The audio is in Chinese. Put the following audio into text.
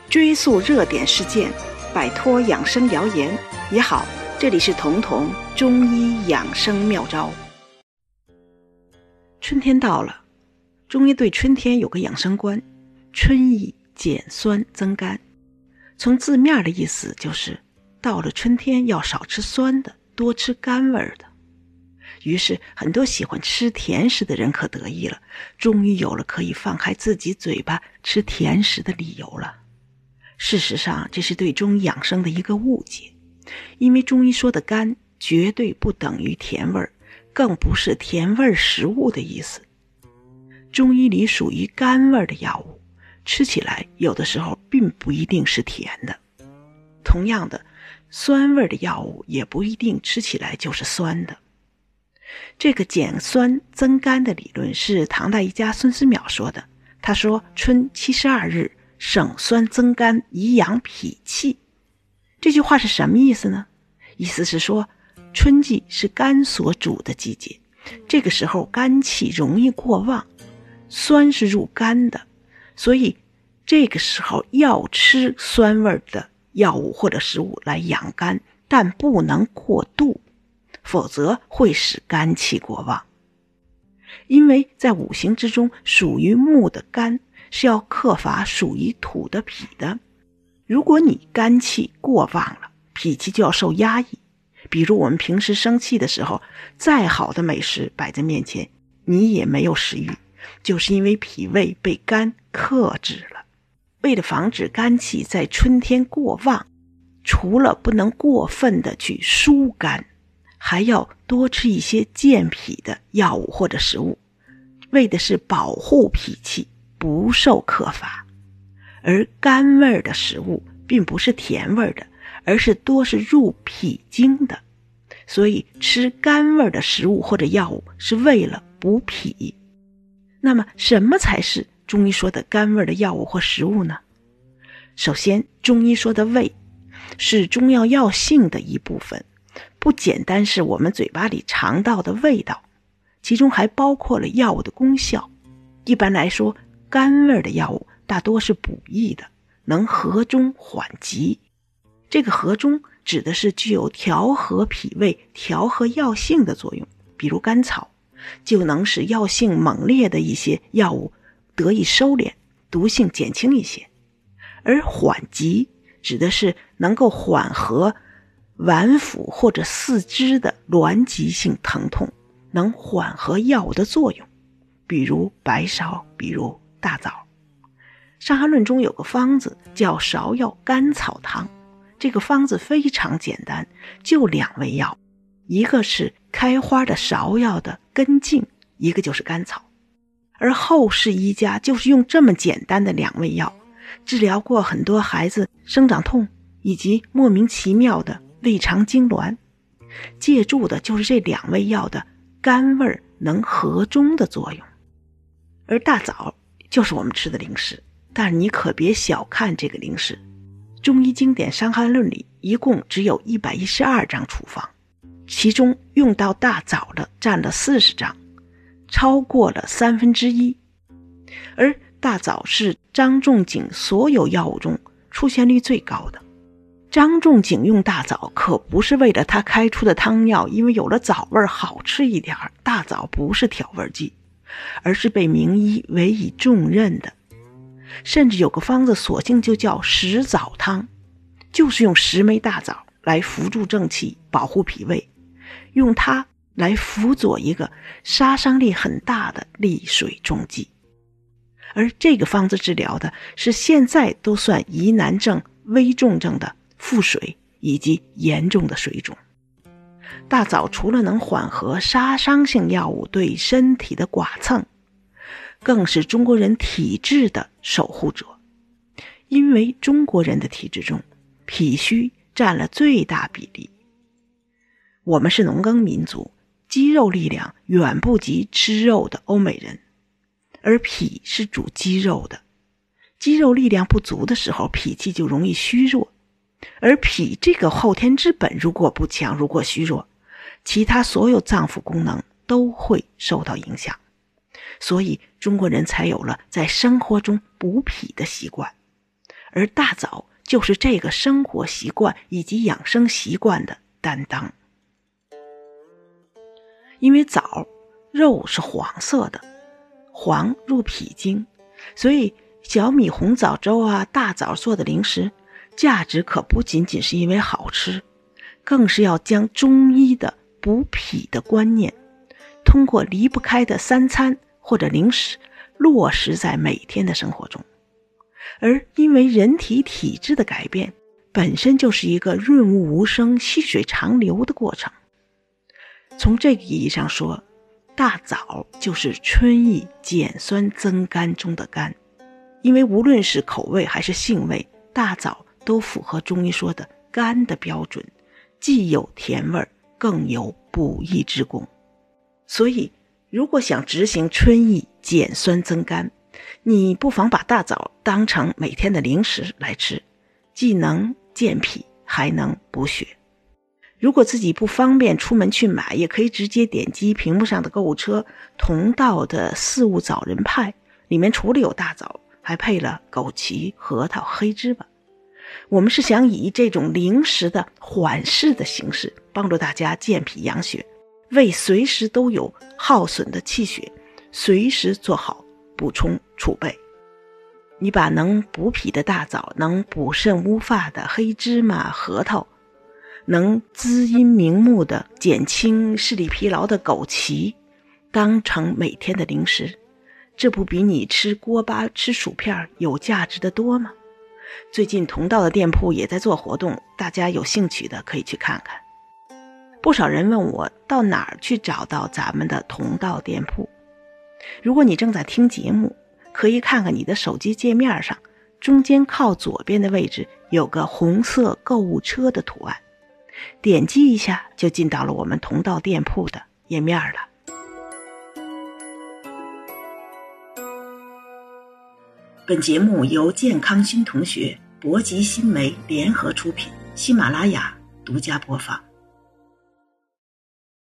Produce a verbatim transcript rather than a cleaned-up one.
追溯热点事件，摆脱养生谣言也好。这里是彤彤中医养生妙招。春天到了，中医对春天有个养生观，春意减酸增甘。从字面的意思就是到了春天要少吃酸的，多吃甘味的。于是很多喜欢吃甜食的人可得意了，终于有了可以放开自己嘴巴吃甜食的理由了。事实上，这是对中医养生的一个误解，因为中医说的甘绝对不等于甜味，更不是甜味食物的意思。中医里属于甘味的药物，吃起来有的时候并不一定是甜的。同样的，酸味的药物也不一定吃起来就是酸的。这个减酸增甘的理论是唐代医家孙思邈说的。他说：春七十二日，省酸增甘，以养脾气。这句话是什么意思呢？意思是说，春季是肝所主的季节，这个时候肝气容易过旺，酸是入肝的，所以这个时候要吃酸味的药物或者食物来养肝，但不能过度，否则会使肝气过旺。因为在五行之中，属于木的肝是要克伐属于土的脾的。如果你肝气过旺了，脾气就要受压抑。比如我们平时生气的时候，再好的美食摆在面前，你也没有食欲，就是因为脾胃被肝克制了。为了防止肝气在春天过旺，除了不能过分的去疏肝，还要多吃一些健脾的药物或者食物，为的是保护脾气不受克伐。而甘味的食物并不是甜味的，而是多是入脾经的，所以吃甘味的食物或者药物是为了补脾。那么什么才是中医说的甘味的药物或食物呢？首先，中医说的味是中药药性的一部分，不简单是我们嘴巴里尝到的味道，其中还包括了药物的功效。一般来说，甘味的药物大多是补益的，能和中缓急。这个和中指的是具有调和脾胃、调和药性的作用，比如甘草就能使药性猛烈的一些药物得以收敛，毒性减轻一些。而缓急指的是能够缓和脘腹或者四肢的挛急性疼痛，能缓和药物的作用，比如白芍，比如大枣。伤寒论中有个方子叫芍药甘草汤，这个方子非常简单，就两味药，一个是开花的芍药的根茎，一个就是甘草。而后世医家就是用这么简单的两味药治疗过很多孩子生长痛以及莫名其妙的胃肠痉挛，借助的就是这两味药的甘味能和中的作用。而大枣就是我们吃的零食，但是你可别小看这个零食。中医经典《伤寒论》里一共只有一百一十二张处方，其中用到大枣的占了四十张，超过了三分之一。而大枣是张仲景所有药物中出现率最高的。张仲景用大枣可不是为了他开出的汤药因为有了枣味好吃一点，大枣不是调味剂，而是被名医委以重任的。甚至有个方子索性就叫十枣汤，就是用十枚大枣来扶助正气，保护脾胃，用它来辅佐一个杀伤力很大的利水中剂。而这个方子治疗的是现在都算疑难症、危重症的腹水以及严重的水肿。大枣除了能缓和杀伤性药物对身体的剐蹭，更是中国人体质的守护者。因为中国人的体质中，脾虚占了最大比例。我们是农耕民族，肌肉力量远不及吃肉的欧美人，而脾是主肌肉的，肌肉力量不足的时候，脾气就容易虚弱。而脾这个后天之本如果不强，如果虚弱，其他所有脏腑功能都会受到影响。所以中国人才有了在生活中补脾的习惯。 而大枣就是这个生活习惯以及养生习惯的担当。因为枣肉是黄色的，黄入脾经，所以小米红枣粥啊，大枣做的零食价值可不仅仅是因为好吃，更是要将中医的补脾的观念通过离不开的三餐或者零食落实在每天的生活中。而因为人体体质的改变本身就是一个润物无声、细水长流的过程，从这个意义上说，大枣就是春意减酸增甘中的甘。因为无论是口味还是性味，大枣都符合中医说的甘的标准，既有甜味更有补益之功。所以如果想执行春意减酸增甘，你不妨把大枣当成每天的零食来吃，既能健脾还能补血。如果自己不方便出门去买，也可以直接点击屏幕上的购物车同道的四物枣仁派，里面除了有大枣还配了枸杞、核桃、黑芝麻。我们是想以这种零食的缓释的形式帮助大家健脾养血，为随时都有耗损的气血随时做好补充储备。你把能补脾的大枣，能补肾乌发的黑芝麻、核桃，能滋阴明目的减轻视力疲劳的枸杞当成每天的零食，这不比你吃锅巴吃薯片有价值的多吗？最近同道的店铺也在做活动，大家有兴趣的可以去看看。不少人问我到哪儿去找到咱们的同道店铺。如果你正在听节目，可以看看你的手机界面上，中间靠左边的位置有个红色购物车的图案，点击一下就进到了我们同道店铺的页面了。本节目由健康新同学、博吉新媒联合出品，喜马拉雅独家播放。